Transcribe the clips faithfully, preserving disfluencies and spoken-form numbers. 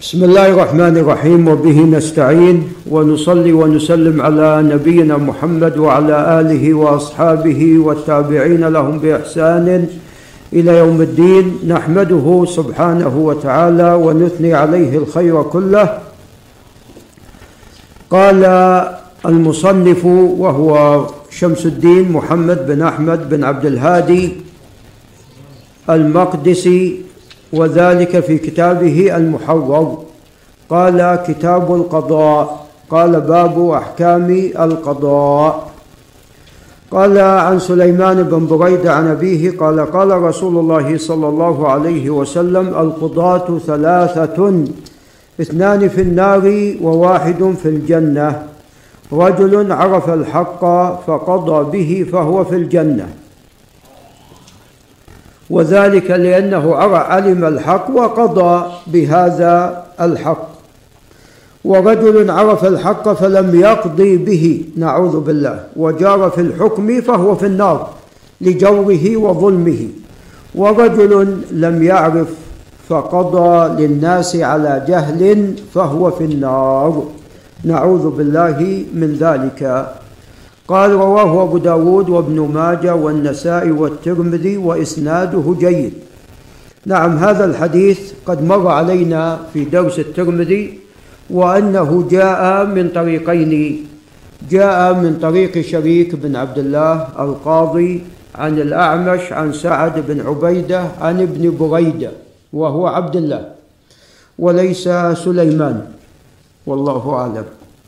بسم الله الرحمن الرحيم، وبه نستعين، ونصلي ونسلم على نبينا محمد وعلى آله وأصحابه والتابعين لهم بإحسان إلى يوم الدين. نحمده سبحانه وتعالى ونثني عليه الخير كله. قال المصنف وهو شمس الدين محمد بن أحمد بن عبد الهادي المقدسي، وذلك في كتابه المحرر. قال: كتاب القضاء. قال: باب أحكام القضاء. قال: عن سليمان بن بريدة عن أبيه قال: قال رسول الله صلى الله عليه وسلم: القضاة ثلاثة، اثنان في النار وواحد في الجنة. رجل عرف الحق فقضى به فهو في الجنة، وذلك لأنه علم الحق وقضى بهذا الحق. ورجل عرف الحق فلم يقضي به، نعوذ بالله، وجار في الحكم فهو في النار لجوره وظلمه. ورجل لم يعرف فقضى للناس على جهل فهو في النار، نعوذ بالله من ذلك. قال: رواه أبو داود وابن ماجه والنسائي والترمذي وإسناده جيد. نعم، هذا الحديث قد مر علينا في درس الترمذي، وأنه جاء من طريقين. جاء من طريق شريك بن عبد الله القاضي عن الأعمش عن سعد بن عبيدة عن ابن بريدة وهو عبد الله وليس سليمان، والله أعلم،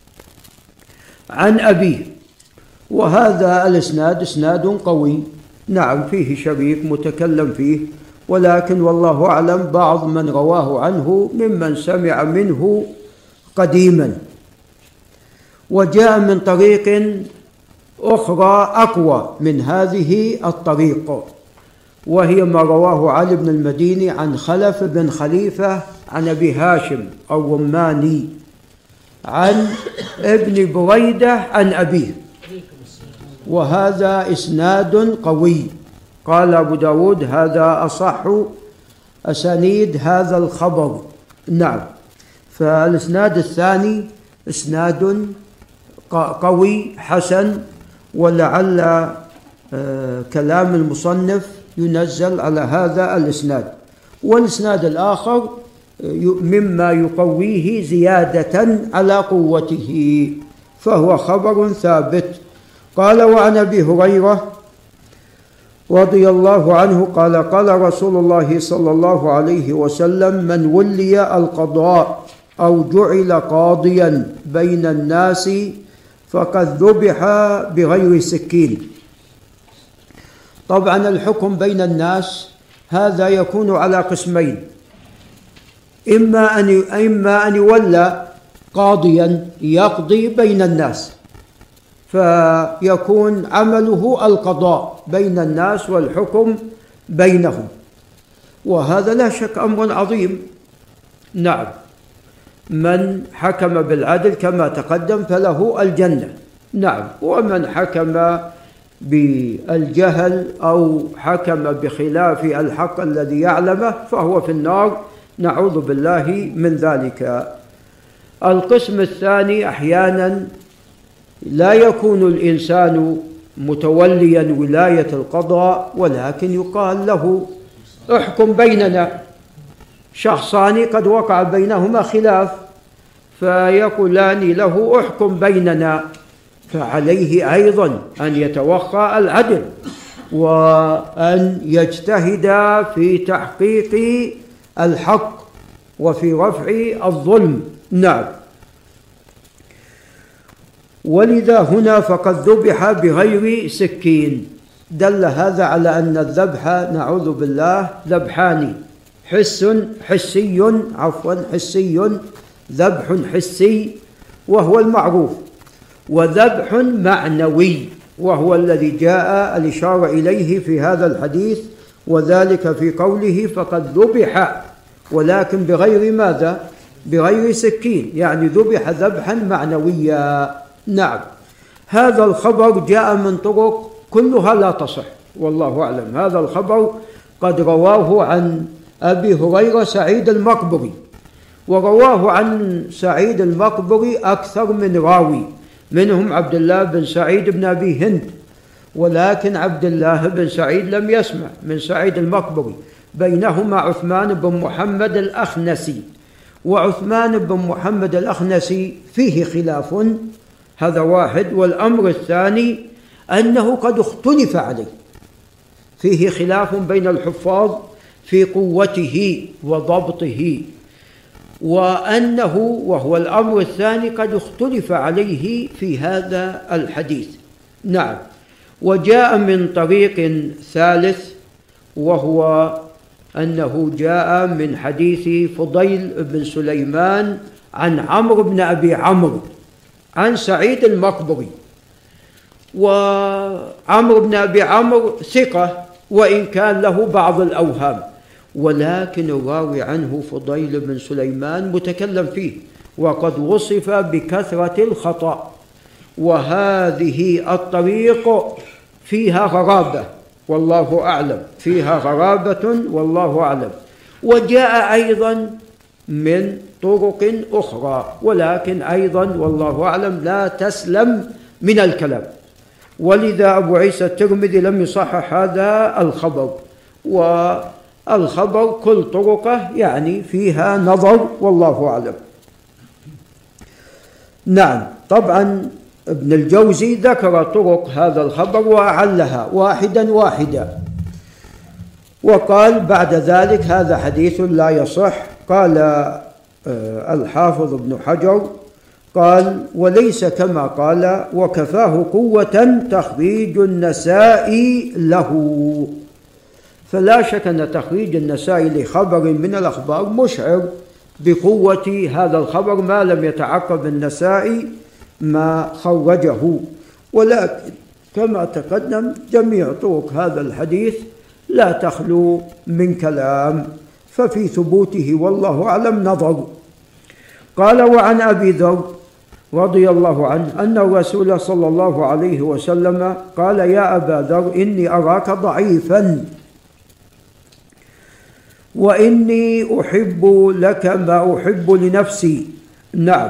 عن أبيه. وهذا الاسناد اسناد قوي، نعم، فيه شريك متكلم فيه، ولكن والله أعلم بعض من رواه عنه ممن سمع منه قديما. وجاء من طريق أخرى أقوى من هذه الطريق، وهي ما رواه علي بن المديني عن خلف بن خليفة عن أبي هاشم الرماني عن ابن بريدة عن أبيه، وهذا إسناد قوي. قال أبو داود: هذا أصح أسانيد هذا الخبر. نعم، فالإسناد الثاني إسناد قوي حسن، ولعل كلام المصنف ينزل على هذا الإسناد. والإسناد الآخر مما يقويه زيادة على قوته، فهو خبر ثابت. قال: وعن أبي هريرة رضي الله عنه قال: قال رسول الله صلى الله عليه وسلم: من ولي القضاء أو جعل قاضيا بين الناس فقد ذبح بغير سكين. طبعا الحكم بين الناس هذا يكون على قسمين: إما أن إما أن يولى قاضيا يقضي بين الناس فيكون عمله القضاء بين الناس والحكم بينهم، وهذا لا شك أمر عظيم. نعم، من حكم بالعدل كما تقدم فله الجنة. نعم، ومن حكم بالجهل أو حكم بخلاف الحق الذي يعلمه فهو في النار، نعوذ بالله من ذلك. القسم الثاني: أحيانا لا يكون الإنسان متوليا ولاية القضاء، ولكن يقال له: احكم بيننا. شخصان قد وقع بينهما خلاف، فيقولان له: احكم بيننا، فعليه أيضا أن يتوخى العدل وأن يجتهد في تحقيق الحق وفي رفع الظلم. نعم، ولذا هنا فقد ذبح بغير سكين. دل هذا على أن الذبح، نعوذ بالله، ذبحان: حس حسي عفوا حسي ذبح حسي وهو المعروف، وذبح معنوي وهو الذي جاء الإشارة إليه في هذا الحديث، وذلك في قوله فقد ذبح، ولكن بغير ماذا؟ بغير سكين، يعني ذبح ذبحا معنويا. نعم، هذا الخبر جاء من طرق كلها لا تصح، والله أعلم. هذا الخبر قد رواه عن أبي هريرة سعيد المقبري، ورواه عن سعيد المقبري أكثر من راوي، منهم عبد الله بن سعيد بن أبي هند، ولكن عبد الله بن سعيد لم يسمع من سعيد المقبري. بينهما عثمان بن محمد الأخنسي، وعثمان بن محمد الأخنسي فيه خلاف، هذا واحد. والأمر الثاني أنه قد اختلف عليه، فيه خلاف بين الحفاظ في قوته وضبطه، وأنه وهو الأمر الثاني قد اختلف عليه في هذا الحديث. نعم. وجاء من طريق ثالث، وهو أنه جاء من حديث فضيل بن سليمان عن عمرو بن أبي عمرو عن سعيد المقبري. وعمرو بن أبي عمرو ثقة وإن كان له بعض الأوهام، ولكن الراوي عنه فضيل بن سليمان متكلم فيه، وقد وصف بكثرة الخطأ، وهذه الطريق فيها غرابة والله أعلم، فيها غرابة والله أعلم. وجاء أيضا من طرق أخرى، ولكن أيضا والله أعلم لا تسلم من الكلام، ولذا أبو عيسى الترمذي لم يصحح هذا الخبر. والخبر كل طرقه يعني فيها نظر والله أعلم. نعم. طبعا ابن الجوزي ذكر طرق هذا الخبر وأعلها واحدا واحدا، وقال بعد ذلك هذا حديث لا يصح. قال الحافظ ابن حجر قال وليس كما قال، وكفاه قوة تخريج النسائي له. فلا شك أن تخريج النسائي لخبر من الأخبار مشعر بقوة هذا الخبر ما لم يتعقب النسائي ما خرجه، ولكن كما تقدم جميع طرق هذا الحديث لا تخلو من كلام، ففي ثبوته والله أعلم نظر. قال وعن أبي ذر رضي الله عنه أن الرسول صلى الله عليه وسلم قال يا أبا ذر إني أراك ضعيفا وإني أحب لك ما أحب لنفسي. نعم.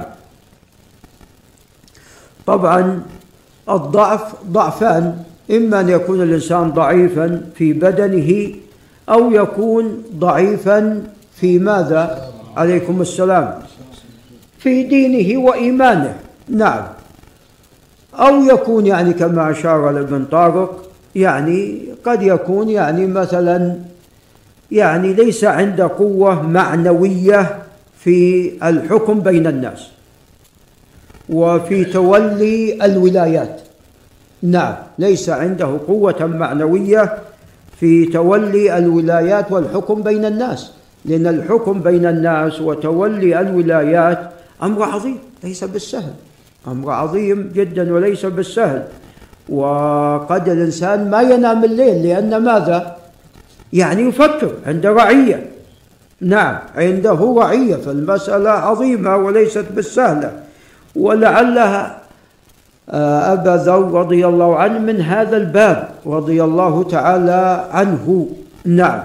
طبعا الضعف ضعفان، إما أن يكون الإنسان ضعيفا في بدنه أو يكون ضعيفا في ماذا؟ عليكم السلام. في دينه وإيمانه. نعم. أو يكون يعني كما أشار لابن طارق، يعني قد يكون يعني مثلا يعني ليس عنده قوة معنوية في الحكم بين الناس وفي تولي الولايات. نعم. ليس عنده قوة معنوية في تولي الولايات والحكم بين الناس، لأن الحكم بين الناس وتولي الولايات أمر عظيم ليس بالسهل، أمر عظيم جدا وليس بالسهل. وقد الإنسان ما ينام الليل لأن ماذا؟ يعني يفكر عند رعية. نعم. عنده رعية، فالمسألة عظيمة وليست بالسهلة. ولعلها أبا ذر رضي الله عنه من هذا الباب رضي الله تعالى عنه. نعم.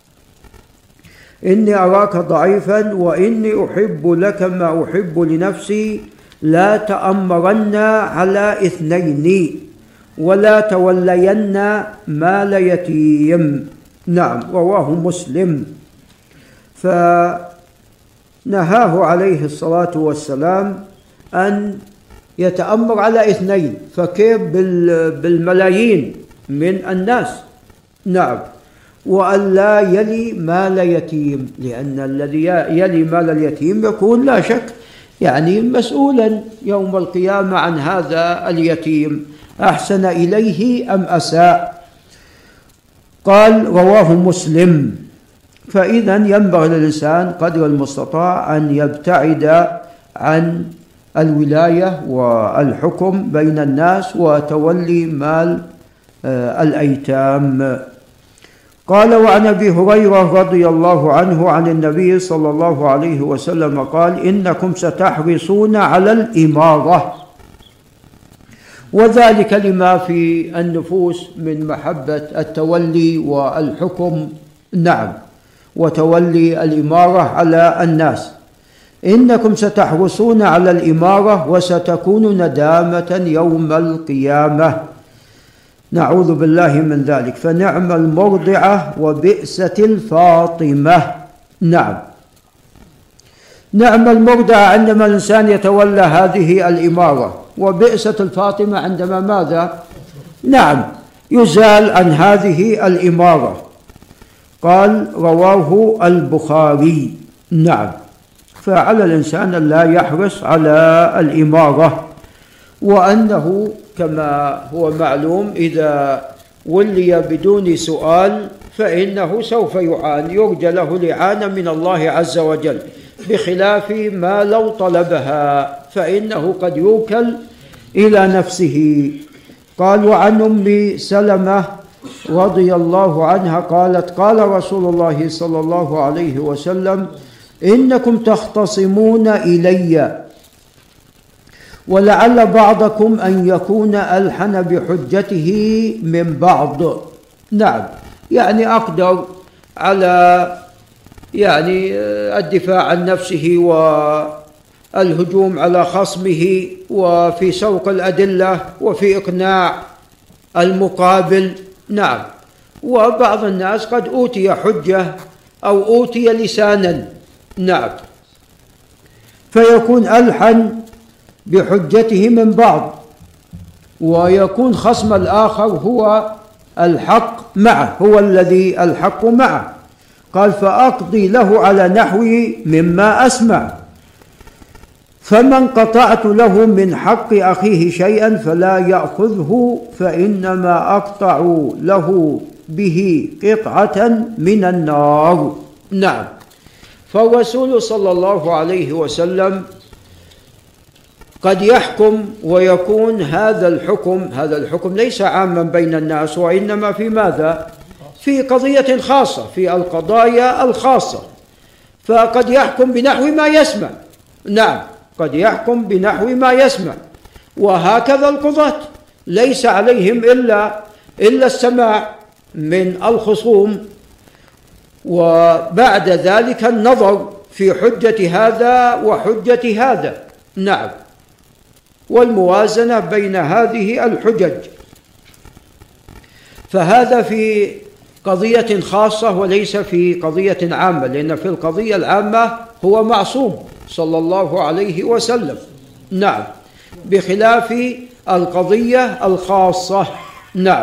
إني أراك ضعيفا وإني أحب لك ما أحب لنفسي، لا تأمرن على اثنين ولا تولين مال يتيم. نعم. رواه مسلم. فنهاه عليه الصلاة والسلام أن يتأمر على اثنين، فكيف بالملايين من الناس؟ نعم. وأن لا يلي مال يتيم، لأن الذي يلي مال اليتيم يكون لا شك يعني مسؤولا يوم القيامة عن هذا اليتيم، أحسن إليه أم أساء. قال رواه مسلم. فإذا ينبغي للإنسان قدر المستطاع أن يبتعد عن الولاية والحكم بين الناس وتولي مال الأيتام. قال وعن أبي هريرة رضي الله عنه عن النبي صلى الله عليه وسلم قال إنكم ستحرصون على الإمارة، وذلك لما في النفوس من محبة التولي والحكم. نعم. وتولي الإمارة على الناس. إنكم ستحرصون على الإمارة وستكون ندامة يوم القيامة، نعوذ بالله من ذلك. فنعم المرضعة وبئست الفاطمة. نعم، نعم المرضعة عندما الإنسان يتولى هذه الإمارة، وبئست الفاطمة عندما ماذا؟ نعم، يزال عن هذه الإمارة. قال رواه البخاري. نعم، فعلى الإنسان أن لا يحرص على الإمارة، وأنه كما هو معلوم إذا ولي بدون سؤال فإنه سوف يعان، يرجى له الإعانة من الله عز وجل، بخلاف ما لو طلبها فإنه قد يوكل إلى نفسه. قال وعن أم سلمة رضي الله عنها قالت قال رسول الله صلى الله عليه وسلم إنكم تختصمون إلي ولعل بعضكم أن يكون ألحن بحجته من بعض. نعم، يعني أقدر على يعني الدفاع عن نفسه والهجوم على خصمه وفي سوق الأدلة وفي إقناع المقابل. نعم، وبعض الناس قد أوتي حجة أو أوتي لسانا، نعم، فيكون ألحن بحجته من بعض، ويكون خصم الآخر هو الحق معه، هو الذي الحق معه. قال فأقضي له على نحو مما أسمع، فمن قطعت له من حق أخيه شيئا فلا يأخذه فإنما أقطع له به قطعة من النار. نعم، فالرسول صلى الله عليه وسلم قد يحكم ويكون هذا الحكم هذا الحكم ليس عاما بين الناس، وإنما في ماذا؟ في قضية خاصة، في القضايا الخاصة، فقد يحكم بنحو ما يسمع. نعم، قد يحكم بنحو ما يسمع، وهكذا القضاة ليس عليهم إلا إلا السماع من الخصوم، وبعد ذلك النظر في حجة هذا وحجة هذا. نعم، والموازنة بين هذه الحجج. فهذا في قضية خاصة وليس في قضية عامة، لأن في القضية العامة هو معصوم صلى الله عليه وسلم. نعم، بخلاف القضية الخاصة. نعم،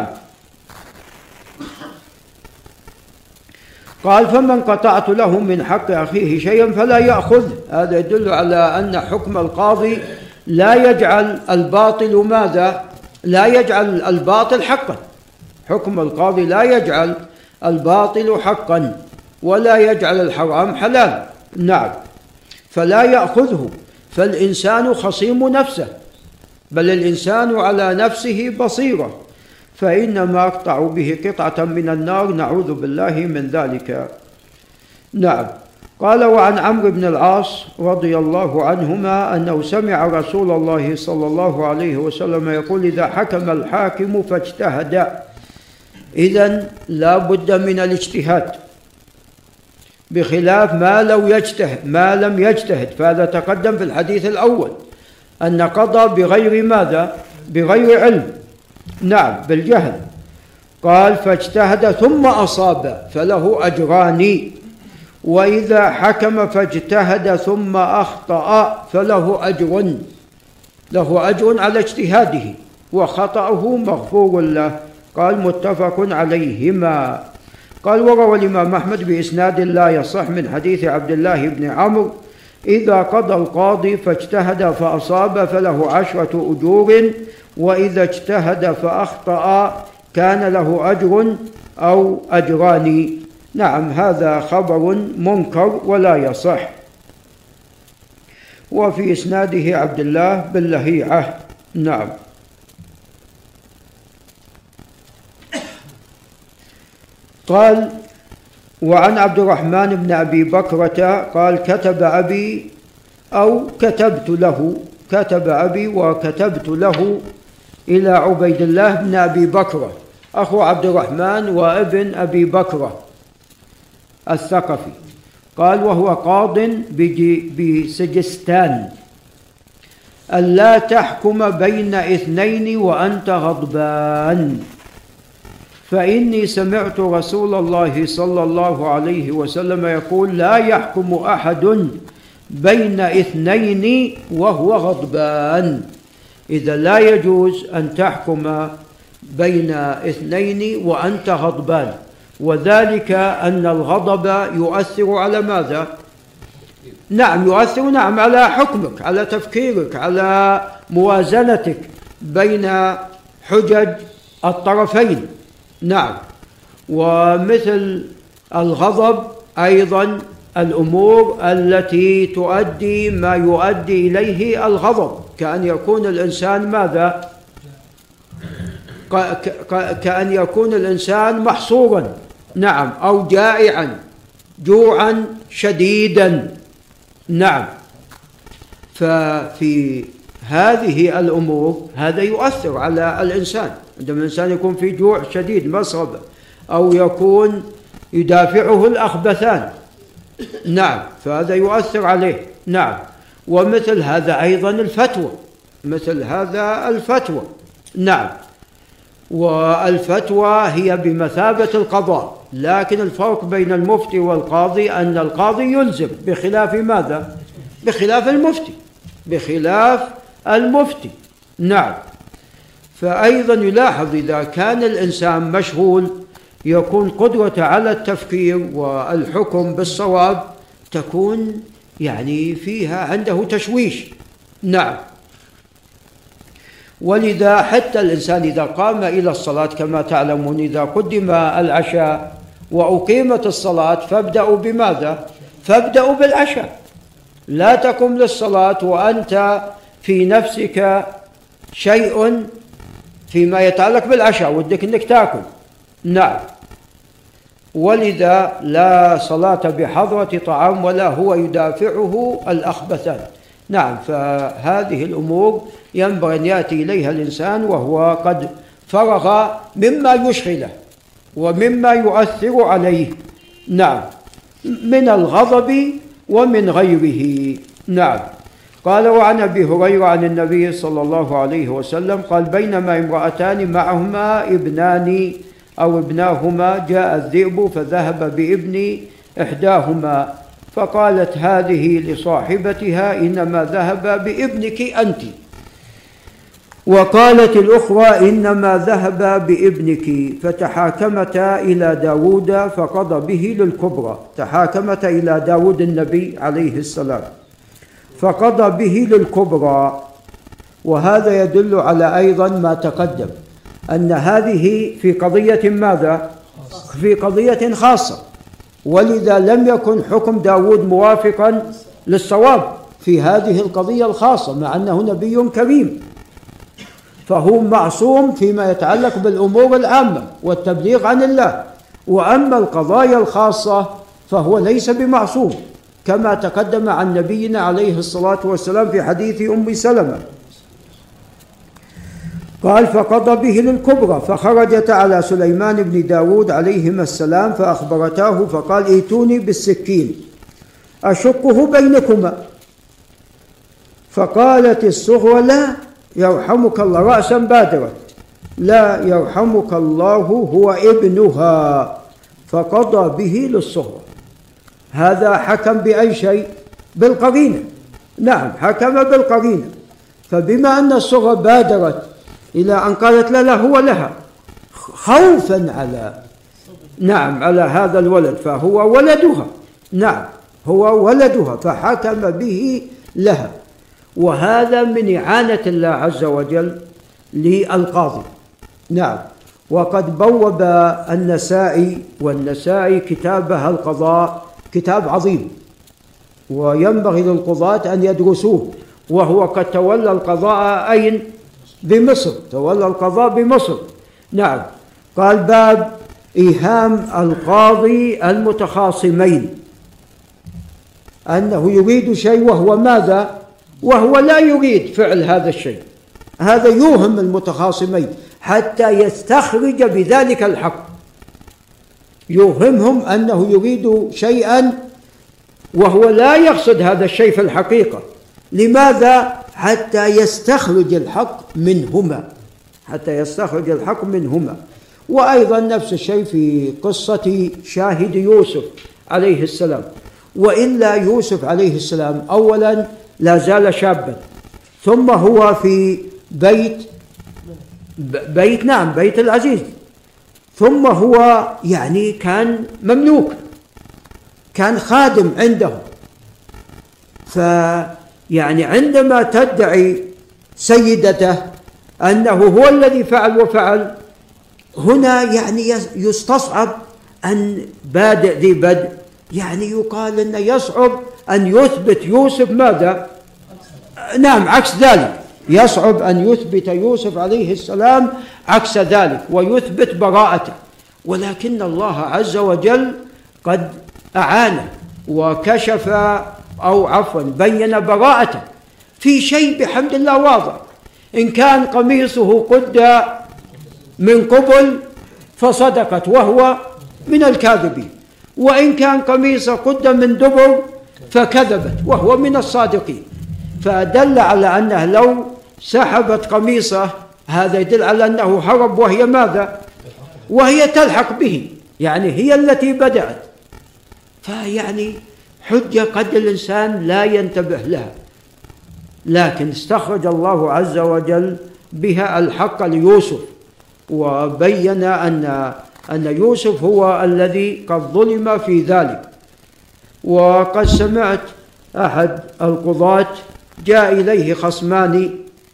قال فمن قطعت له من حق أخيه شيئا فلا يأخذ. هذا يدل على أن حكم القاضي لا يجعل الباطل ماذا؟ لا يجعل الباطل حقا. حكم القاضي لا يجعل الباطل حقا ولا يجعل الحرام حلال. نعم، فلا يأخذه، فالإنسان خصيم نفسه، بل الإنسان على نفسه بصيرة، فإنما أقطع به قطعة من النار، نعوذ بالله من ذلك. نعم، قال وعن عمرو بن العاص رضي الله عنهما أنه سمع رسول الله صلى الله عليه وسلم يقول إذا حكم الحاكم فاجتهد. إذن لا بد من الاجتهاد، بخلاف ما لو يجتهد ما لم يجتهد، فهذا تقدم في الحديث الأول أن قضى بغير ماذا؟ بغير علم. نعم، بالجهل. قال فاجتهد ثم أصاب فله أجران، وإذا حكم فاجتهد ثم أخطأ فله أجر له أجر على اجتهاده وخطأه مغفور له. قال متفق عليهما. قال وروى الإمام أحمد بإسناد لا يصح من حديث عبد الله بن عمرو إذا قضى القاضي فاجتهد فأصاب فله عشرة أجور، وإذا اجتهد فأخطأ كان له أجر أو أجران. نعم، هذا خبر منكر ولا يصح. وفي إسناده عبد الله بن لهيعة. نعم. قال وعن عبد الرحمن بن أبي بكرة قال كتب أبي أو كتبت له كتب أبي وكتبت له إلى عبيد الله بن أبي بكرة أخو عبد الرحمن وابن أبي بكرة الثقفي. قال وهو قاض بسجستان ألا تحكم بين اثنين وأنت غضبان، فإني سمعت رسول الله صلى الله عليه وسلم يقول لا يحكم أحد بين اثنين وهو غضبان. إذا لا يجوز أن تحكم بين اثنين وأنت غضبان، وذلك أن الغضب يؤثر على ماذا؟ نعم يؤثر نعم على حكمك، على تفكيرك، على موازنتك بين حجج الطرفين. نعم. ومثل الغضب أيضا الأمور التي تؤدي ما يؤدي إليه الغضب، كأن يكون الإنسان ماذا؟ كأن يكون الإنسان محصورا، نعم، أو جائعا جوعا شديدا. نعم. ففي هذه الأمور هذا يؤثر على الإنسان، عندما الإنسان يكون في جوع شديد مصربة، أو يكون يدافعه الأخبثان، نعم، فهذا يؤثر عليه. نعم. ومثل هذا أيضا الفتوى، مثل هذا الفتوى. نعم. والفتوى هي بمثابة القضاء، لكن الفرق بين المفتي والقاضي أن القاضي يلزم بخلاف ماذا؟ بخلاف المفتي، بخلاف المفتي. نعم. فأيضا يلاحظ إذا كان الإنسان مشغول يكون قدرة على التفكير والحكم بالصواب تكون يعني فيها عنده تشويش. نعم. ولذا حتى الإنسان إذا قام إلى الصلاة كما تعلمون إذا قدم العشاء وأقيمت الصلاة فابدأوا بماذا؟ فابدأوا بالعشاء، لا تقم للصلاة وأنت في نفسك شيء فيما يتعلق بالعشاء ودك أنك تأكل. نعم. ولذا لا صلاة بحضرة طعام ولا هو يدافعه الأخبثان. نعم. فهذه الأمور ينبغي أن يأتي إليها الإنسان وهو قد فرغ مما يشغله ومما يؤثر عليه. نعم. من الغضب ومن غيره. نعم. قال وعن أبي هريرة عن النبي صلى الله عليه وسلم قال بينما امرأتان معهما ابنان أو ابناهما جاء الذئب فذهب بابن إحداهما فقالت هذه لصاحبتها إنما ذهب بابنك أنت، وقالت الأخرى إنما ذهب بابنك، فتحاكمتا إلى داود فقضى به للكبرى. تحاكمتا إلى داود النبي عليه السلام فقضى به للكبرى. وهذا يدل على أيضا ما تقدم أن هذه في قضية ماذا؟ في قضية خاصة، ولذا لم يكن حكم داود موافقا للصواب في هذه القضية الخاصة مع أنه نبي كريم، فهو معصوم فيما يتعلق بالأمور العامة والتبليغ عن الله، وأما القضايا الخاصة فهو ليس بمعصوم كما تقدم عن نبينا عليه الصلاة والسلام في حديث أم سلمة. قال فقضى به للكبرى فخرجت على سليمان بن داود عليهما السلام فأخبرتاه فقال ائتوني بالسكين أشقه بينكما. فقالت الصغرى لا يرحمك الله، رأسا بادرت، لا يرحمك الله هو ابنها، فقضى به للصغرى. هذا حكم بأي شيء؟ بالقرينة. نعم، حكم بالقرينة. فبما أن الصغرى بادرت إلى أن قالت لا لا هو لها خوفا على نعم على هذا الولد فهو ولدها، نعم هو ولدها فحكم به لها. وهذا من إعانة الله عز وجل للقاضي. نعم. وقد بوب النسائي والنسائي كتابها القضاء كتاب عظيم وينبغي للقضاة أن يدرسوه، وهو قد تولى القضاء أين؟ بمصر، تولى القضاء بمصر. نعم. قال باب إيهام القاضي المتخاصمين أنه يريد شيء وهو ماذا؟ وهو لا يريد فعل هذا الشيء. هذا يوهم المتخاصمين حتى يستخرج بذلك الحق، يوهمهم أنه يريد شيئا وهو لا يقصد هذا الشيء في الحقيقة. لماذا؟ حتى يستخرج الحق منهما، حتى يستخرج الحق منهما. وأيضا نفس الشيء في قصة شاهد يوسف عليه السلام. وإلا يوسف عليه السلام أولا لا زال شابا، ثم هو في بيت بيت نعم بيت العزيز، ثم هو يعني كان مملوك، كان خادم عنده. فيعني عندما تدعي سيدته أنه هو الذي فعل وفعل، هنا يعني يستصعب أن بادئ ذي بدء، يعني يقال أنه يصعب أن يثبت يوسف ماذا؟ نعم عكس ذلك، يصعب أن يثبت يوسف عليه السلام عكس ذلك ويثبت براءته. ولكن الله عز وجل قد أعانه وكشف أو عفوا بين براءته في شيء بحمد الله واضح. إن كان قميصه قد من قبل فصدقت وهو من الكاذبين، وإن كان قميصه قد من دبر فكذبت وهو من الصادقين. فدل على أنه لو سحبت قميصه هذا يدل على أنه هرب، وهي ماذا؟ وهي تلحق به، يعني هي التي بدأت. فيعني حجة قد الإنسان لا ينتبه لها، لكن استخرج الله عز وجل بها الحق ليوسف، وبين أن أن يوسف هو الذي قد ظلم في ذلك. وقد سمعت أحد القضاة جاء إليه خصمان،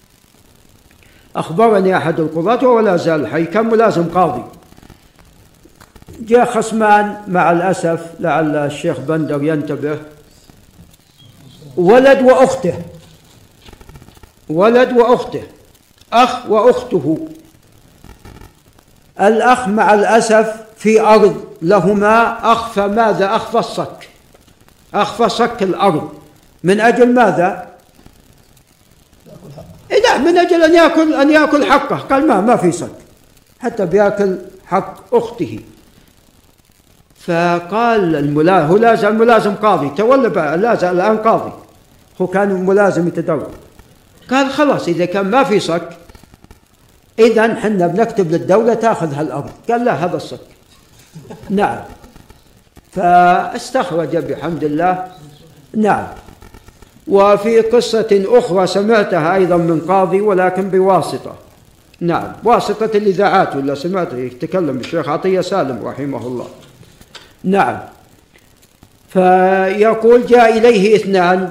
أخبرني أحد القضاة وهو لا زال حي، كان ملازم قاضي، جاء خصمان مع الأسف لعل الشيخ بندر ينتبه، ولد وأخته، ولد وأخته، أخ وأخته. الأخ مع الأسف في أرض لهما أخفى ماذا؟ أخفى الصك، أخفى صك الأرض. من أجل ماذا؟ إذا من أجل أن يأكل أن يأكل حقه، قال ما ما في صك حتى بيأكل حق أخته. فقال الملازم، هو لا زال ملازم قاضي، تولى بقى لا زال الآن قاضي، هو كان ملازم يتدرب. قال خلاص إذا كان ما في صك إذن حنا بنكتب للدولة تأخذ هالأرض. قال لا هذا الصك. نعم. فاستخرج بحمد الله. نعم. وفي قصة أخرى سمعتها أيضا من قاضي ولكن بواسطة، نعم واسطة الإذاعات، ولا سمعت يتكلم الشيخ عطية سالم رحمه الله. نعم. فيقول جاء إليه اثنان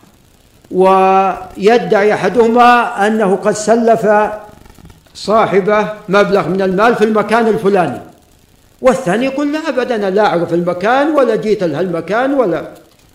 ويدعي أحدهما أنه قد سلف صاحبه مبلغ من المال في المكان الفلاني، والثاني يقول لا أبدا أنا لا أعرف المكان ولا جيت لهالمكان ولا.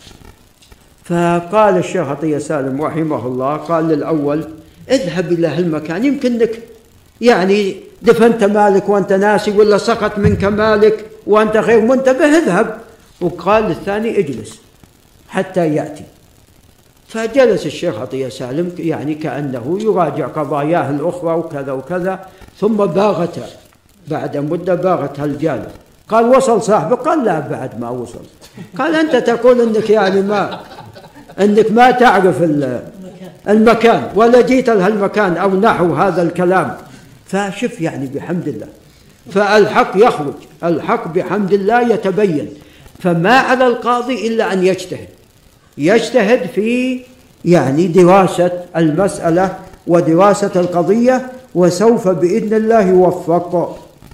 فقال الشيخ عطية سالم رحمه الله قال للأول اذهب إلى هالمكان، يمكنك يعني دفنت مالك وأنت ناسي، ولا سقط منك مالك وأنت غير منتبه، اذهب. وقال للثاني اجلس حتى يأتي. فجلس الشيخ عطية سالم يعني كأنه يراجع قضاياه الأخرى وكذا وكذا، ثم باغت بعد مدة باغت هالجالس. قال وصل صاحبه؟ قال لا بعد ما وصل. قال أنت تقول أنك يعني ما أنك ما تعرف المكان ولا جيت لهالمكان أو نحو هذا الكلام. فشف يعني بحمد الله، فالحق يخرج، الحق بحمد الله يتبين. فما على القاضي إلا أن يجتهد، يجتهد في يعني دراسة المسألة ودراسة القضية، وسوف بإذن الله يوفق.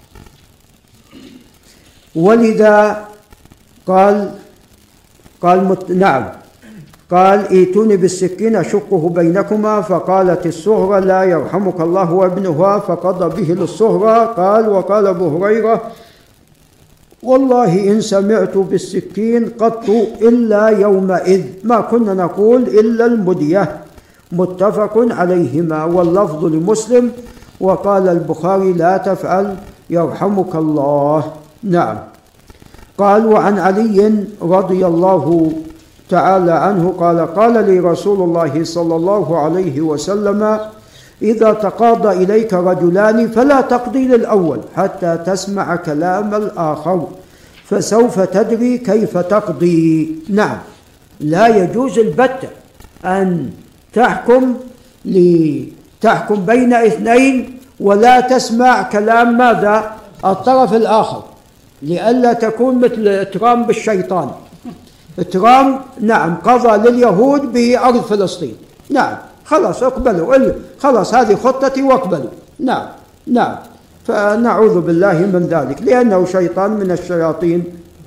ولذا قال قال مت... نعم قال ائتوني بالسكين أشقه بينكما، فقالت الصغرى لا يرحمك الله وابنها، فقضى به للصغرى. قال وقال أبو هريرة والله إن سمعت بالسكين قط إلا يومئذ ما كنا نقول إلا المدية. متفق عليهما واللفظ لمسلم. وقال البخاري لا تفعل يرحمك الله. نعم. قال وعن علي رضي الله تعالى عنه قال قال لي رسول الله صلى الله عليه وسلم إذا تقاضى إليك رجلان فلا تقضي للأول حتى تسمع كلام الآخر، فسوف تدري كيف تقضي. نعم. لا يجوز البتة أن تحكم لتحكم بين اثنين ولا تسمع كلام ماذا؟ الطرف الآخر، لئلا تكون مثل ترامب بالشيطان. ترامب نعم قضى لليهود بأرض فلسطين، نعم خلاص اقبلوا، خلاص هذه خطتي واقبلوا، نعم نعم، فنعوذ بالله من ذلك لأنه شيطان من الشياطين.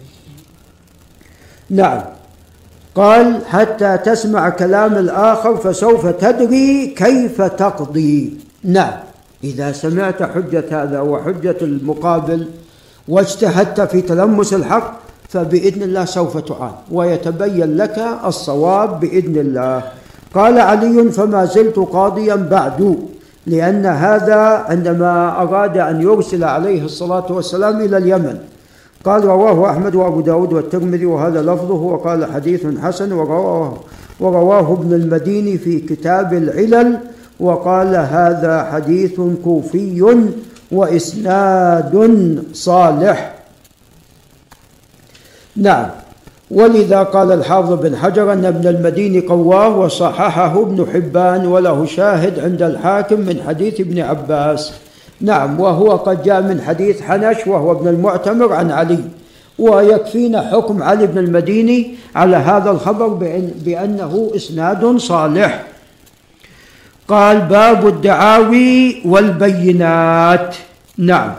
نعم. قال حتى تسمع كلام الآخر فسوف تدري كيف تقضي. نعم، إذا سمعت حجة هذا وحجة المقابل واجتهدت في تلمس الحق فبإذن الله سوف تعان ويتبين لك الصواب بإذن الله. قال علي فما زلت قاضيا بعد، لأن هذا عندما أراد أن يرسل عليه الصلاة والسلام إلى اليمن. قال رواه أحمد وأبو داود والترمذي وهذا لفظه، وقال حديث حسن، ورواه, ورواه ابن المديني في كتاب العلل، وقال هذا حديث كوفي وإسناد صالح. نعم. ولذا قال الحافظ بن حجر أن ابن المديني قواه وصححه ابن حبان، وله شاهد عند الحاكم من حديث ابن عباس. نعم، وهو قد جاء من حديث حنش وهو ابن المعتمر عن علي، ويكفينا حكم علي بن المديني على هذا الخبر بأن بأنه إسناد صالح. قال باب الدعاوي والبينات. نعم،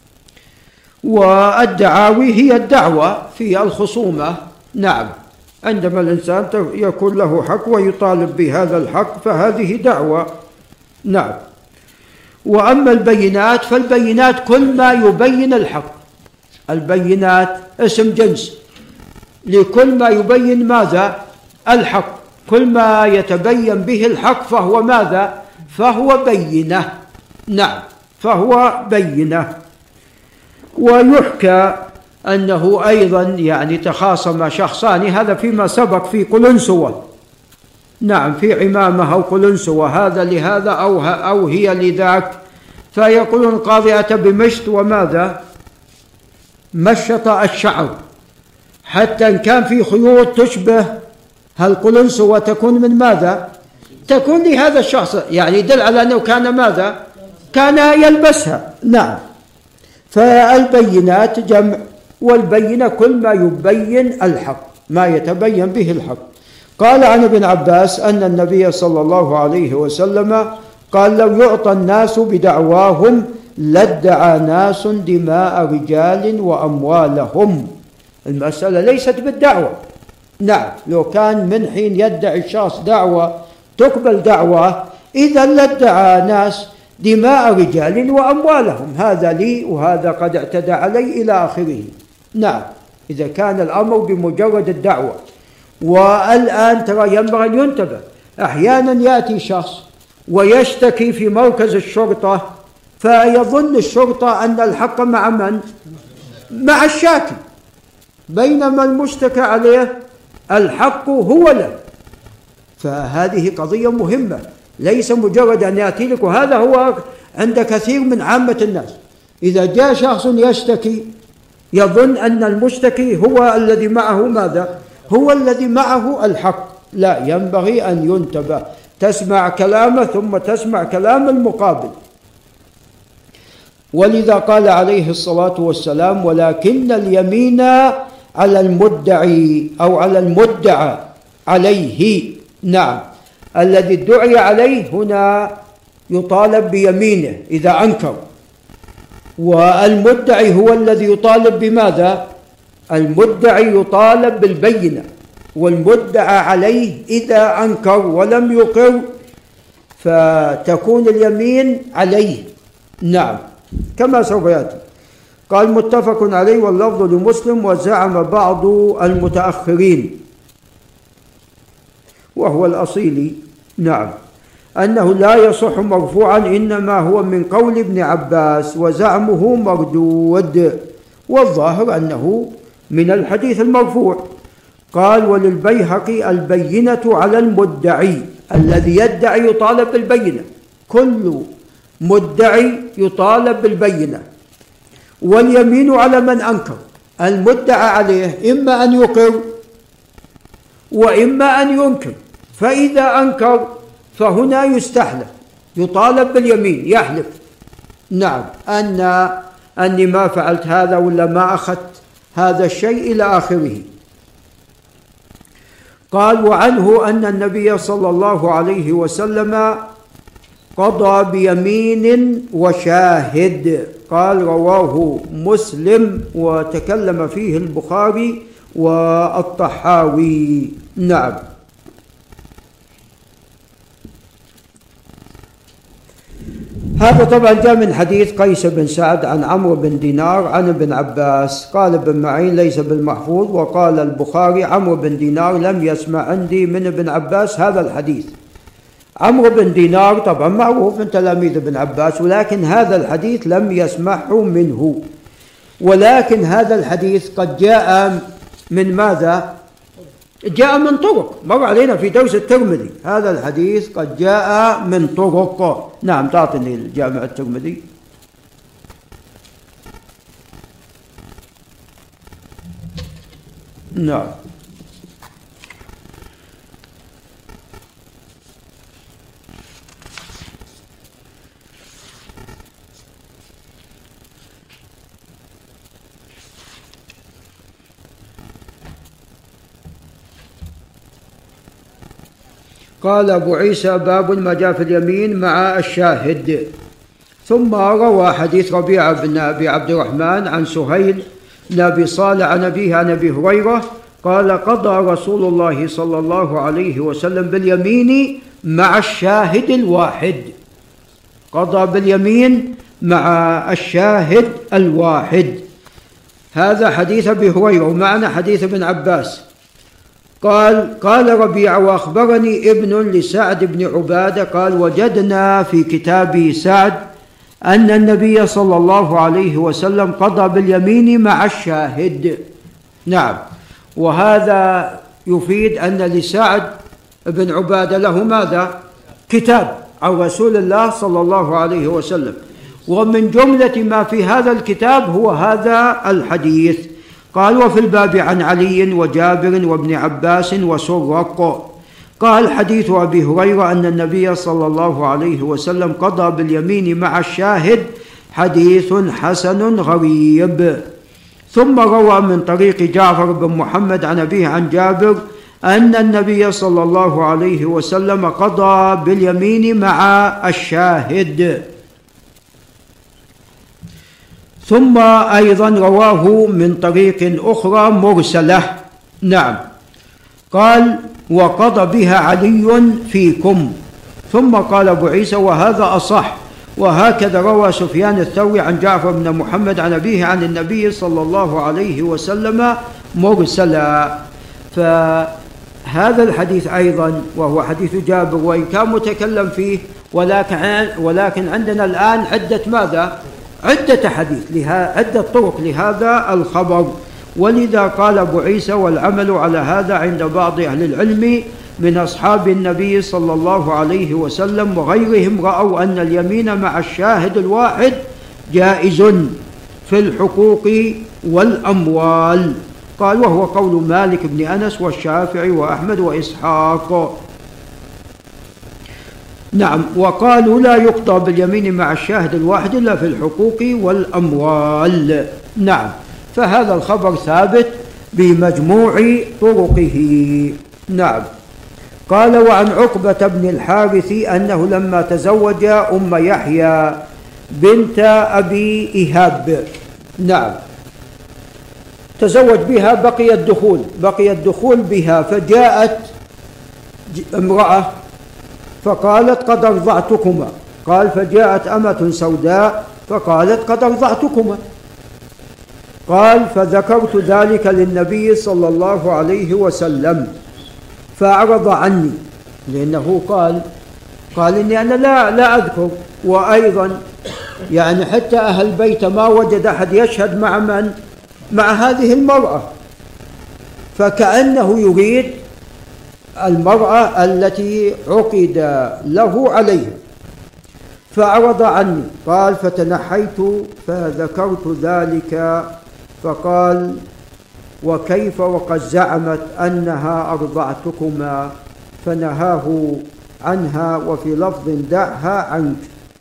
والدعاوي هي الدعوة في الخصومة. نعم، عندما الإنسان يكون له حق ويطالب بهذا الحق فهذه دعوة. نعم. وأما البينات فالبينات كل ما يبين الحق. البينات اسم جنس لكل ما يبين ماذا؟ الحق. كل ما يتبين به الحق فهو ماذا؟ فهو بينة. نعم، فهو بينة. ويحكى أنه أيضا يعني تخاصم شخصان، هذا فيما سبق في قلنسوة. نعم، في عمامة أو قلنسوة، هذا لهذا أو, أو هي لذاك، فيقولون القاضي أتى بمشط وماذا؟ مشط الشعر، حتى إن كان في خيوط تشبه هالقلنسوة تكون من ماذا؟ تكون لهذا الشخص، يعني يدل على أنه كان ماذا؟ كان يلبسها. نعم. فالبينات جمع، والبينة كل ما يبين الحق، ما يتبين به الحق. قال عن ابن عباس أن النبي صلى الله عليه وسلم قال لو يعطى الناس بدعواهم لادعى ناس دماء رجال وأموالهم. المسألة ليست بالدعوة. نعم، لو كان من حين يدعي الشخص دعوة تقبل دعوة، إذا لادعى ناس دماء رجال وأموالهم، هذا لي وهذا قد اعتدى علي إلى آخره. نعم، إذا كان الأمر بمجرد الدعوة. والآن ترى ينبغي أن ينتبه، أحيانا يأتي شخص ويشتكي في مركز الشرطة فيظن الشرطة أن الحق مع من؟ مع الشاكي، بينما المشتكى عليه الحق هو له. فهذه قضية مهمة، ليس مجرد أن يأتي لك، وهذا هو عند كثير من عامة الناس. إذا جاء شخص يشتكي يظن أن المشتكي هو الذي معه ماذا؟ هو الذي معه الحق. لا، ينبغي أن ينتبه، تسمع كلامه ثم تسمع كلام المقابل. ولذا قال عليه الصلاة والسلام ولكن اليمين على المدعي أو على المدعى عليه. نعم، الذي ادعي عليه هنا يطالب بيمينه إذا أنكر، والمدعي هو الذي يطالب بماذا؟ المدعي يطالب بالبينة، والمدعى عليه إذا أنكر ولم يقر فتكون اليمين عليه. نعم، كما سوف يأتي. قال متفق عليه واللفظ لمسلم. وزعم بعض المتأخرين وهو الأصيلي نعم أنه لا يصح مرفوعا، إنما هو من قول ابن عباس، وزعمه مردود، والظاهر أنه من الحديث المرفوع. قال وللبيهقي البينة على المدعي، الذي يدعي يطالب بالبينة، كل مدعي يطالب بالبينة. واليمين على من أنكر، المدعى عليه إما أن يقر وإما أن ينكر، فإذا أنكر فهنا يستحلف، يطالب باليمين، يحلف نعم أن أني ما فعلت هذا ولا ما أخذت هذا الشيء إلى آخره. قال: وعنه أن النبي صلى الله عليه وسلم قضى بيمين وشاهد. قال: رواه مسلم وتكلم فيه البخاري والطحاوي. نعم. هذا طبعا جاء من حديث قيس بن سعد عن عمرو بن دينار عن ابن عباس. قال ابن معين: ليس بالمحفوظ. وقال البخاري: عمرو بن دينار لم يسمع عندي من ابن عباس هذا الحديث. عمرو بن دينار طبعا معروف من تلاميذ ابن عباس، ولكن هذا الحديث لم يسمعه منه. ولكن هذا الحديث قد جاء من ماذا؟ جاء من طرق، مر علينا في درس الترمذي. هذا الحديث قد جاء من طرق. نعم، تعطني الجامع الترمذي. نعم. قال أبو عيسى: باب ما جاء في اليمين مع الشاهد. ثم روى حديث ربيعة بن أبي عبد الرحمن عن سهيل بن أبي صالح عن أبيه عن أبي هريرة قال: قضى رسول الله صلى الله عليه وسلم باليمين مع الشاهد الواحد. قضى باليمين مع الشاهد الواحد. هذا حديث أبي هريرة، ومعنى حديث ابن عباس. قال قال ربيعة: وأخبرني ابن لسعد بن عبادة قال: وجدنا في كتاب سعد أن النبي صلى الله عليه وسلم قضى باليمين مع الشاهد. نعم. وهذا يفيد أن لسعد بن عبادة له ماذا؟ كتاب عن رسول الله صلى الله عليه وسلم، ومن جملة ما في هذا الكتاب هو هذا الحديث. قال: وفي الباب عن علي وجابر وابن عباس وسرق. قال: حديث أبي هريرة أن النبي صلى الله عليه وسلم قضى باليمين مع الشاهد حديث حسن غريب. ثم روى من طريق جعفر بن محمد عن أبيه عن جابر أن النبي صلى الله عليه وسلم قضى باليمين مع الشاهد. ثم أيضا رواه من طريق أخرى مرسلة. نعم. قال: وقضى بها علي فيكم. ثم قال أبو عيسى: وهذا أصح. وهكذا روى سفيان الثوري عن جعفر بن محمد عن أبيه عن النبي صلى الله عليه وسلم مرسلا. فهذا الحديث أيضا وهو حديث جابر، وإن كان متكلم فيه، ولكن ولكن عندنا الآن عدة ماذا؟ عدة حديث لها عدة طرق لهذا الخبر. ولذا قال أبو عيسى: والعمل على هذا عند بعض أهل العلم من أصحاب النبي صلى الله عليه وسلم وغيرهم رأوا أن اليمين مع الشاهد الواحد جائز في الحقوق والأموال. قال: وهو قول مالك بن أنس والشافعي وأحمد وإسحاق. نعم. وقالوا: لا يقضى باليمين مع الشاهد الواحد إلا في الحقوق والأموال. نعم. فهذا الخبر ثابت بمجموع طرقه. نعم. قال: وعن عقبة بن الحارث أنه لما تزوج أم يحيى بنت أبي إيهاب، نعم، تزوج بها، بقي الدخول بقي الدخول بها، فجاءت امرأة فقالت: قد أرضعتكما. قال: فجاءت أمة سوداء فقالت: قد أرضعتكما. قال: فذكرت ذلك للنبي صلى الله عليه وسلم فأعرض عني، لأنه قال قال إني أنا لا لا أذكر. وأيضا يعني حتى أهل البيت ما وجد أحد يشهد مع من؟ مع هذه المرأة، فكأنه يريد المرأة التي عقد له عليها. فأعرض عني. قال: فتنحيت فذكرت ذلك فقال وكيف وقد زعمت أنها أرضعتكما، فنهاه عنها وفي لفظ دعها عنك.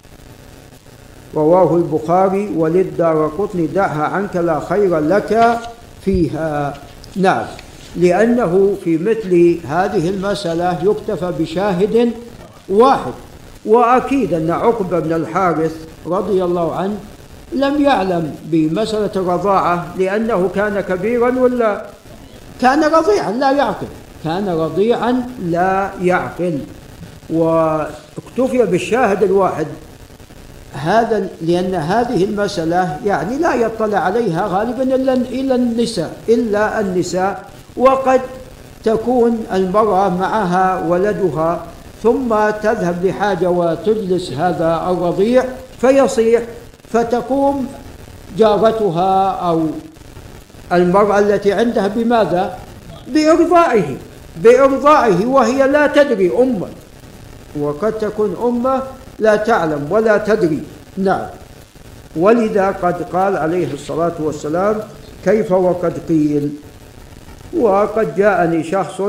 رواه البخاري وللدارقطني دعها عنك لا خير لك فيها. نعم، لأنه في مثل هذه المسألة يكتفى بشاهد واحد، وأكيد أن عقبة بن الحارث رضي الله عنه لم يعلم بمسألة الرضاعة، لأنه كان كبيرا ولا كان رضيعا لا يعقل، كان رضيعا لا يعقل، واكتفي بالشاهد الواحد هذا، لأن هذه المسألة يعني لا يطلع عليها غالبا إلا إلا النساء إلا النساء وقد تكون المرأة معها ولدها ثم تذهب لحاجة وتجلس هذا الرضيع فيصيح، فتقوم جارتها أو المرأة التي عندها بماذا؟ بإرضاعه بإرضاعه وهي لا تدري أمه، وقد تكون أمه لا تعلم ولا تدري. نعم، ولذا قد قال عليه الصلاة والسلام كيف وقد قيل. وقد جاءني شخص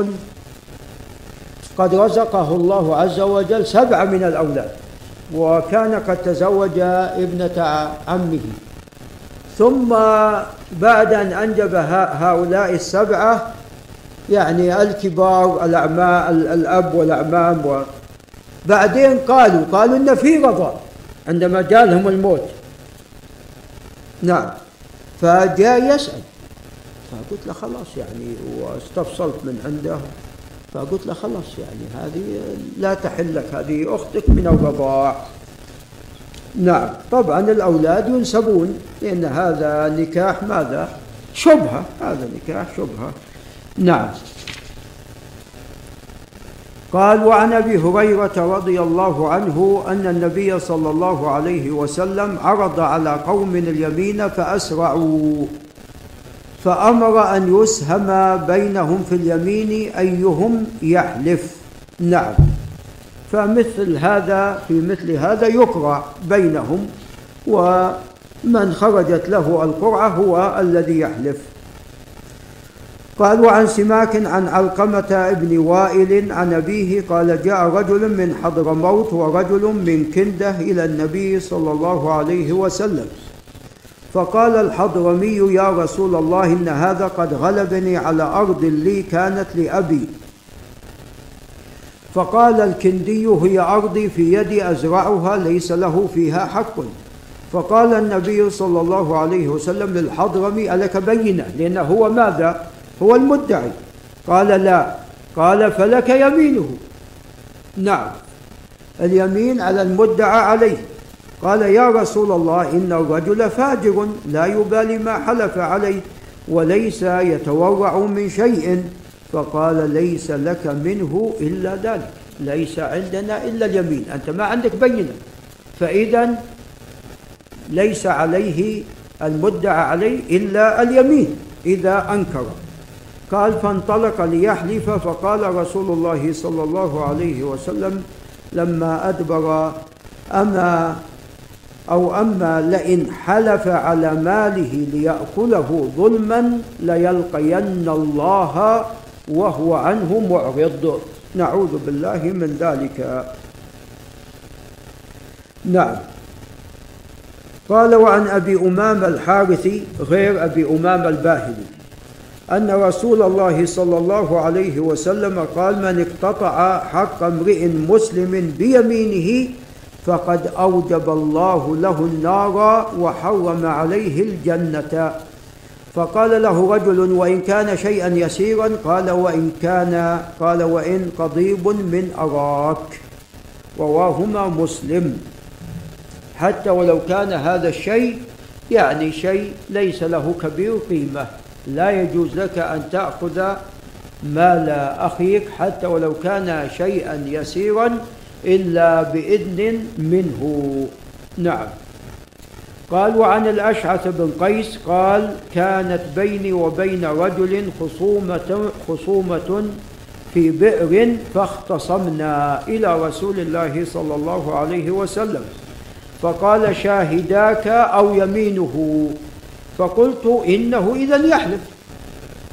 قد رزقه الله عز وجل سبعة من الأولاد، وكان قد تزوج ابنة عمه، ثم بعد أن أنجب هؤلاء السبعة يعني الكبار الأعمام الأب والأعمام، بعدين قالوا قالوا إن في رضا عندما جاء الموت. نعم، فجاء يسأل، فقلت له خلاص يعني، واستفصلت من عنده، فقلت له خلاص يعني هذه لا تحل لك، هذه أختك من الرضاع. نعم، طبعا الأولاد ينسبون، لأن هذا نكاح ماذا؟ شبهة، هذا نكاح شبهة. نعم. قال وعن أبي هريرة رضي الله عنه أن النبي صلى الله عليه وسلم عرض على قوم اليمين فأسرعوا، فأمر أن يسهم بينهم في اليمين أيهم يحلف. نعم، فمثل هذا في مثل هذا يقرع بينهم، ومن خرجت له القرعة هو الذي يحلف. قال وعن سماك عن علقمة بن وائل عن أبيه قال جاء رجل من حضرموت ورجل من كندة إلى النبي صلى الله عليه وسلم، فقال الحضرمي يا رسول الله إن هذا قد غلبني على أرض لي كانت لأبي. فقال الكندي هي أرضي في يدي أزرعها ليس له فيها حق. فقال النبي صلى الله عليه وسلم للحضرمي ألك بينة؟ لأنه هو ماذا؟ هو المدعي. قال لا. قال فلك يمينه. نعم، اليمين على المدعى عليه. قال يا رسول الله إن الرجل فاجر لا يبالي ما حلف عليه وليس يتورع من شيء. فقال ليس لك منه إلا ذلك، ليس عندنا إلا اليمين، أنت ما عندك بينة، فإذا ليس عليه المدعى عليه إلا اليمين إذا أنكر. قال فانطلق ليحلف، فقال رسول الله صلى الله عليه وسلم لما أدبر أما أو أما لئن حلف على ماله ليأكله ظلما ليلقين الله وهو عنه معرض. نعوذ بالله من ذلك. نعم. قال وعن أبي أمامة الحارثي غير أبي أمامة الباهلي أن رسول الله صلى الله عليه وسلم قال من اقتطع حق امرئ مسلم بيمينه فقد أوجب الله له النار وحرم عليه الجنة. فقال له رجل وإن كان شيئا يسيرا؟ قال وإن كان قال وإن قضيب من أراك. رواهما مسلم. حتى ولو كان هذا الشيء يعني شيء ليس له كبير قيمة، لا يجوز لك أن تأخذ مال أخيك حتى ولو كان شيئا يسيرا إلا بإذن منه. نعم. قال وعن الأشعث بن قيس قال كانت بيني وبين رجل خصومة, خصومة في بئر فاختصمنا إلى رسول الله صلى الله عليه وسلم، فقال شاهداك أو يمينه؟ فقلت إنه إذن يحلف.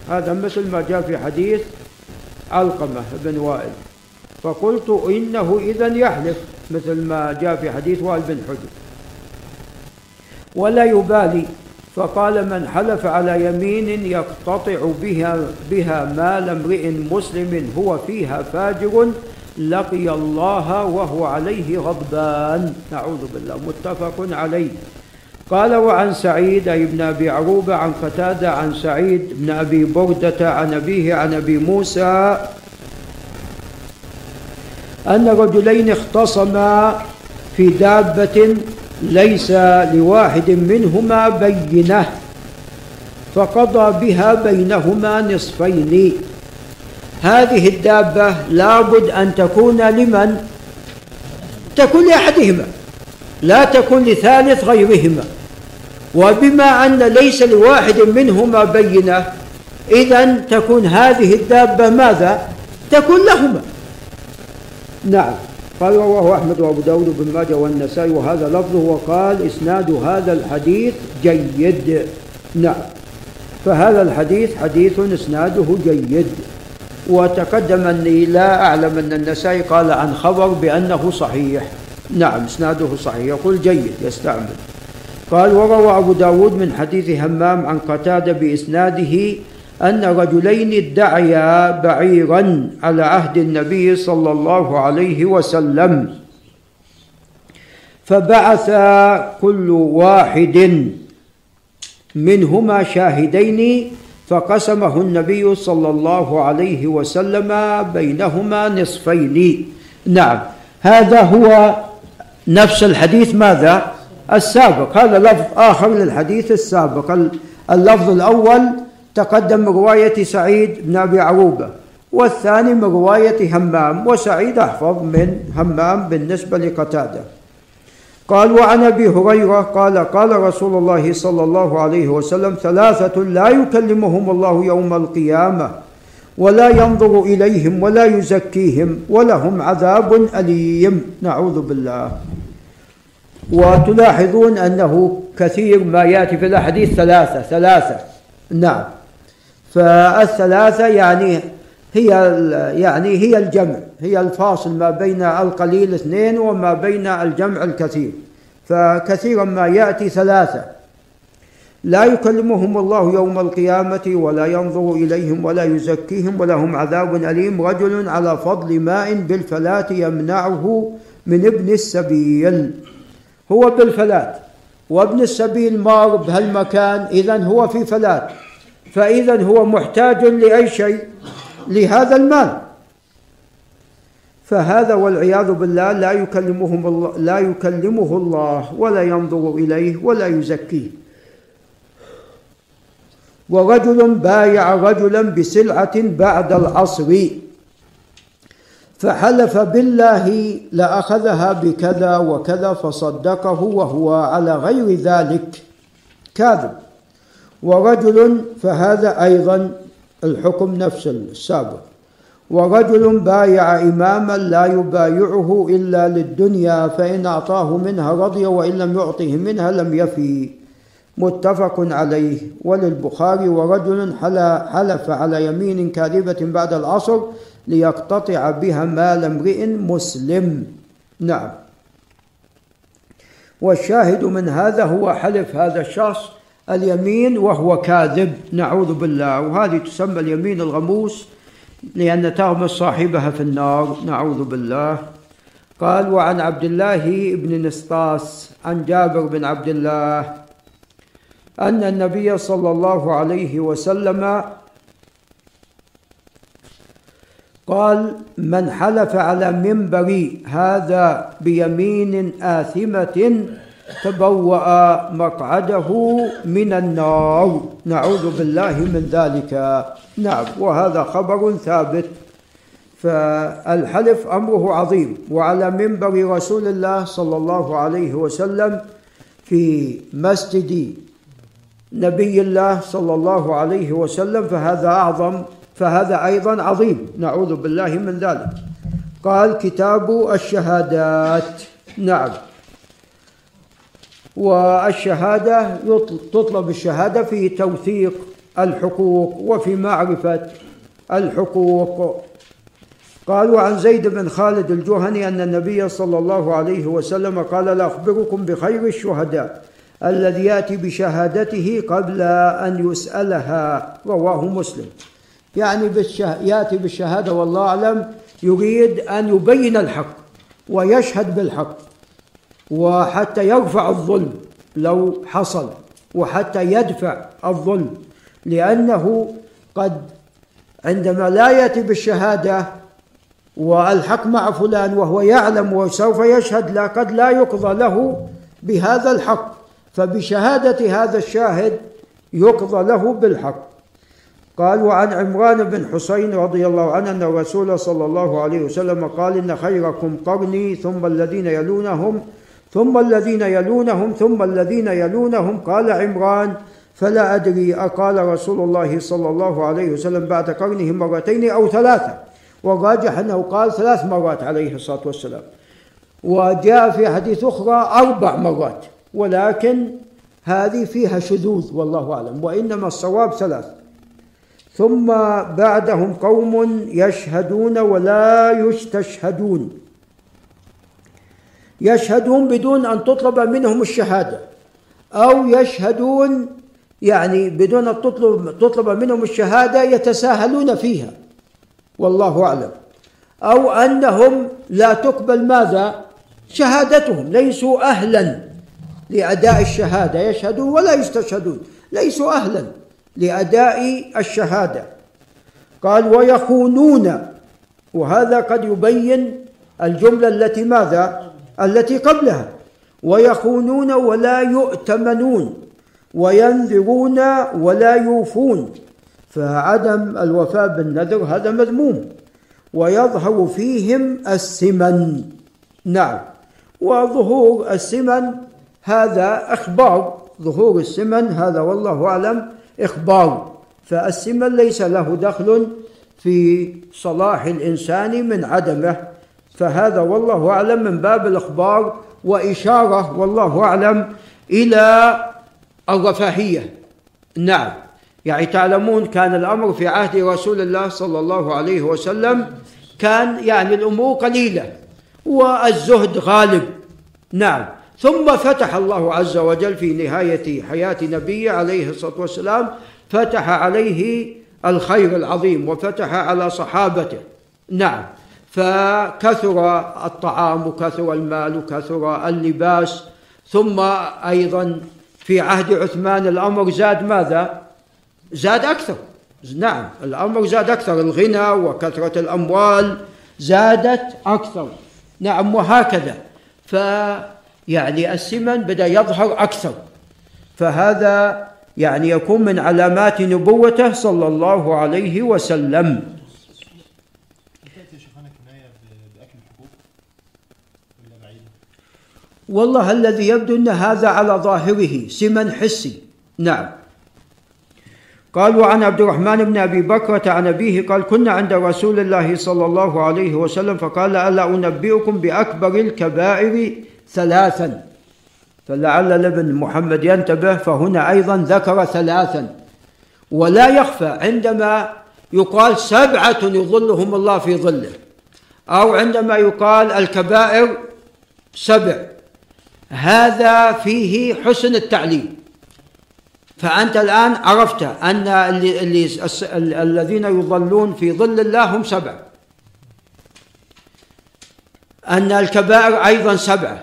هذا مثل ما جاء في حديث علقمة بن وائل، فقلت إنه إذن يحلف مثل ما جاء في حديث وائل بن حجر ولا يبالي، فقال من حلف على يمين يقتطع بها, بها مال امرئ مسلم هو فيها فاجر لقي الله وهو عليه غضبان، نعوذ بالله، متفق عليه. قال وعن سعيد أي بن أبي عروبة عن قتادة عن سعيد بن أبي بردة عن أبيه عن أبي موسى أن رجلين اختصما في دابة ليس لواحد منهما بينة فقضى بها بينهما نصفين. هذه الدابة لابد أن تكون لمن؟ تكون لأحدهما، لا تكون لثالث غيرهما، وبما أن ليس لواحد منهما بينة إذن تكون هذه الدابة ماذا؟ تكون لهما. نعم. قال رواه أحمد وأبو داود وابن ماجه والنسائي وهذا لفظه، وقال إسناد هذا الحديث جيد. نعم، فهذا الحديث حديث إسناده جيد. وتقدم أني لا أعلم أن النسائي قال عن خبر بأنه صحيح. نعم، إسناده صحيح، يقول جيد يستعمل. قال وروى أبو داود من حديث همام عن قتادة بإسناده أن رجلين ادعيا بعيرا على عهد النبي صلى الله عليه وسلم، فبعث كل واحد منهما شاهدين فقسمه النبي صلى الله عليه وسلم بينهما نصفين. نعم، هذا هو نفس الحديث ماذا؟ السابق. هذا لفظ آخر للحديث السابق. اللفظ الأول تقدم من رواية سعيد بن أبي عروبة، والثاني من رواية همام، وسعيد أحفظ من همام بالنسبة لقتادة. قال وعن أبي هريرة قال قال رسول الله صلى الله عليه وسلم ثلاثة لا يكلمهم الله يوم القيامة ولا ينظر إليهم ولا يزكيهم ولهم عذاب أليم، نعوذ بالله. وتلاحظون أنه كثير ما يأتي في الحديث ثلاثة ثلاثة نعم، فالثلاثة يعني هي يعني هي الجمع، هي الفاصل ما بين القليل اثنين وما بين الجمع الكثير، فكثيرا ما يأتي ثلاثة لا يكلمهم الله يوم القيامة ولا ينظر إليهم ولا يزكيهم ولهم عذاب أليم. رجل على فضل ماء بالفلاة يمنعه من ابن السبيل، هو بالفلاة وابن السبيل مار بهالمكان، إذن هو في فلاة، فإذن هو محتاج لأي شيء؟ لهذا المال، فهذا والعياذ بالله لا يكلمهم الله لا يكلمه الله ولا ينظر إليه ولا يزكيه. ورجل بايع رجلا بسلعة بعد العصر فحلف بالله لأخذها بكذا وكذا فصدقه وهو على غير ذلك كاذب. ورجل فهذا أيضا الحكم نفس السابق. ورجل بايع إماما لا يبايعه إلا للدنيا فإن أعطاه منها رضي وإن لم يعطه منها لم يفي، متفق عليه. وللبخاري ورجل حلف على يمين كاذبة بعد العصر ليقتطع بها مال امرئ مسلم. نعم، والشاهد من هذا هو حلف هذا الشخص اليمين وهو كاذب، نعوذ بالله، وهذه تسمى اليمين الغموس لأن تغمس صاحبها في النار، نعوذ بالله. قال وعن عبد الله بن نسطاس عن جابر بن عبد الله أن النبي صلى الله عليه وسلم قال من حلف على منبري هذا بيمين آثمة تبوأ مقعده من النار، نعوذ بالله من ذلك. نعم، وهذا خبر ثابت، فالحلف أمره عظيم. وعلى منبر رسول الله صلى الله عليه وسلم في مسجد نبي الله صلى الله عليه وسلم فهذا أعظم، فهذا أيضا عظيم، نعوذ بالله من ذلك. قال كتاب الشهادات. نعم، والشهادة تطلب الشهادة في توثيق الحقوق وفي معرفة الحقوق. قالوا عن زيد بن خالد الجهني أن النبي صلى الله عليه وسلم قال: لا أخبركم بخير الشهداء الذي يأتي بشهادته قبل أن يسألها. رواه مسلم. يعني يأتي بالشهادة والله أعلم يريد أن يبين الحق ويشهد بالحق، وحتى يرفع الظلم لو حصل، وحتى يدفع الظلم، لأنه قد عندما لا يأتي بالشهادة والحق مع فلان وهو يعلم وسوف يشهد، لا قد لا يقضى له بهذا الحق، فبشهادة هذا الشاهد يقضى له بالحق. قال: وعن عمران بن حسين رضي الله عنه أن الرسول صلى الله عليه وسلم قال: إن خيركم قرني ثم الذين يلونهم ثم الذين يلونهم ثم الذين يلونهم. قال عمران: فلا أدري أقال رسول الله صلى الله عليه وسلم بعد قرنه مرتين أو ثلاثة، والراجح أنه قال ثلاث مرات عليه الصلاة والسلام، وجاء في حديث أخرى أربع مرات، ولكن هذه فيها شذوذ والله أعلم، وإنما الصواب ثلاث. ثم بعدهم قوم يشهدون ولا يستشهدون، يشهدون بدون أن تطلب منهم الشهادة، أو يشهدون يعني بدون أن تطلب, تطلب منهم الشهادة يتساهلون فيها والله أعلم، أو أنهم لا تقبل ماذا؟ شهادتهم، ليسوا أهلا لأداء الشهادة، يشهدون ولا يستشهدون، ليسوا أهلا لأداء الشهادة. قال: ويخونون، وهذا قد يبين الجملة التي ماذا؟ التي قبلها. ويخونون ولا يؤتمنون، وينذرون ولا يوفون، فعدم الوفاء بالنذر هذا مذموم. ويظهر فيهم السمن. نعم، وظهور السمن هذا إخبار، ظهور السمن هذا والله أعلم إخبار، فالسمن ليس له دخل في صلاح الإنسان من عدمه، فهذا والله أعلم من باب الإخبار وإشارة والله أعلم إلى الرفاهية. نعم، يعني تعلمون كان الأمر في عهد رسول الله صلى الله عليه وسلم كان يعني الأمور قليلة والزهد غالب. نعم، ثم فتح الله عز وجل في نهاية حياة نبيه عليه الصلاة والسلام، فتح عليه الخير العظيم وفتح على صحابته. نعم، فكثر الطعام وكثر المال وكثر اللباس. ثم أيضا في عهد عثمان الأمر زاد ماذا؟ زاد أكثر. نعم، الأمر زاد أكثر، الغنى وكثرة الأموال زادت أكثر. نعم، وهكذا. فيعني السمن بدأ يظهر أكثر، فهذا يعني يكون من علامات نبوته صلى الله عليه وسلم. والله الذي يبدو أن هذا على ظاهره سمن حسي. نعم. قالوا عن عبد الرحمن بن أبي بكرة عن أبيه قال: كنا عند رسول الله صلى الله عليه وسلم فقال: ألا أنبئكم بأكبر الكبائر ثلاثا؟ فلعل ابن محمد ينتبه، فهنا أيضا ذكر ثلاثا، ولا يخفى عندما يقال سبعة يظلهم الله في ظله، أو عندما يقال الكبائر سبع، هذا فيه حسن التعليم. فأنت الآن عرفت أن اللي اللي الذين يظلون في ظل الله هم سبع، أن الكبائر أيضا سبعة،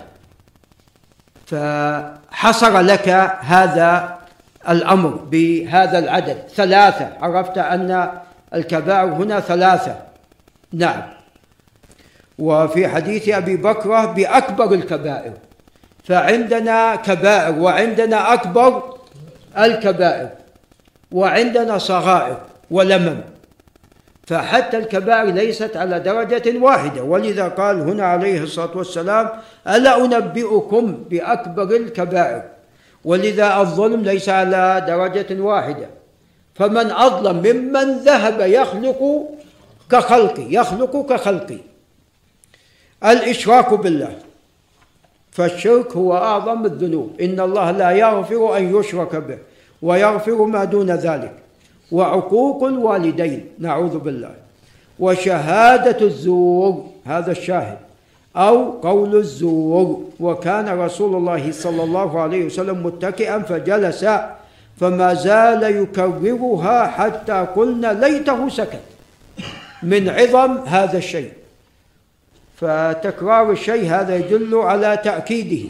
فحصر لك هذا الأمر بهذا العدد ثلاثة، عرفت أن الكبائر هنا ثلاثة. نعم. وفي حديث أبي بكرة بأكبر الكبائر، فعندنا كبائر وعندنا أكبر الكبائر وعندنا صغائر ولمم، فحتى الكبائر ليست على درجة واحدة، ولذا قال هنا عليه الصلاة والسلام: ألا أنبئكم بأكبر الكبائر، ولذا الظلم ليس على درجة واحدة. فمن أظلم ممن ذهب يخلق كخلقي، يخلق كخلقي. الإشراك بالله، فالشرك هو أعظم الذنوب، إن الله لا يغفر أن يشرك به ويغفر ما دون ذلك. وعقوق الوالدين نعوذ بالله، وشهادة الزور، هذا الشاهد، أو قول الزور. وكان رسول الله صلى الله عليه وسلم متكئا فجلس فما زال يكررها حتى قلنا ليته سكت من عظم هذا الشيء. فتكرار الشيء هذا يدل على تأكيده.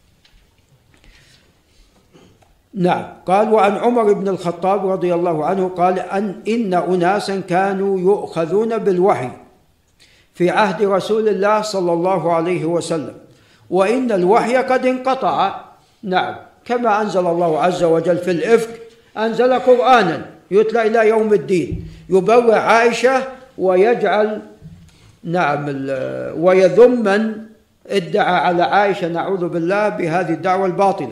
نعم. قال: وعن عمر بن الخطاب رضي الله عنه قال أن إن أناسا كانوا يؤخذون بالوحي في عهد رسول الله صلى الله عليه وسلم، وإن الوحي قد انقطع. نعم، كما أنزل الله عز وجل في الإفك، أنزل قرآنا يتلى إلى يوم الدين يبرع عائشة ويجعل نعم ويذم من ادعى على عائشة نعوذ بالله بهذه الدعوة الباطلة.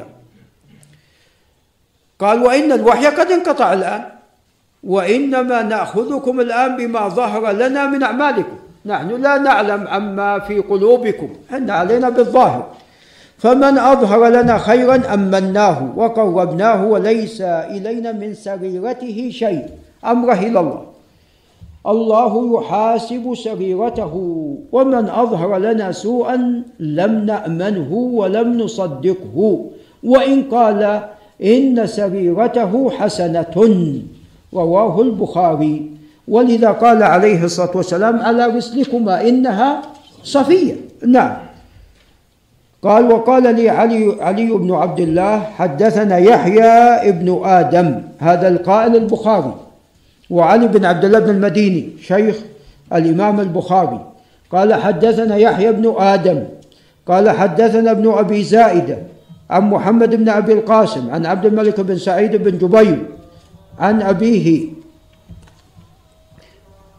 قال: وإن الوحي قد انقطع الآن، وإنما نأخذكم الآن بما ظهر لنا من أعمالكم، نحن لا نعلم عما في قلوبكم، إحنا علينا بالظاهر. فمن أظهر لنا خيرا أمناه وقربناه وليس إلينا من سريرته شيء، أمره إلى الله، الله يحاسب سريرته. ومن أظهر لنا سوءا لم نأمنه ولم نصدقه، وإن قال إن سريرته حسنة، رواه البخاري. ولذا قال عليه الصلاة والسلام: على رسلكما إنها صفية. نعم. قال: وقال لي علي, علي بن عبد الله حدثنا يحيى ابن آدم، هذا القائل البخاري، وعلي بن عبد الله بن المديني شيخ الإمام البخاري قال: حدثنا يحيى بن آدم قال: حدثنا ابن أبي زائدة عن محمد بن أبي القاسم عن عبد الملك بن سعيد بن جبير عن أبيه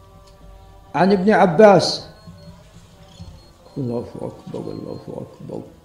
عن ابن عباس. الله أكبر الله أكبر.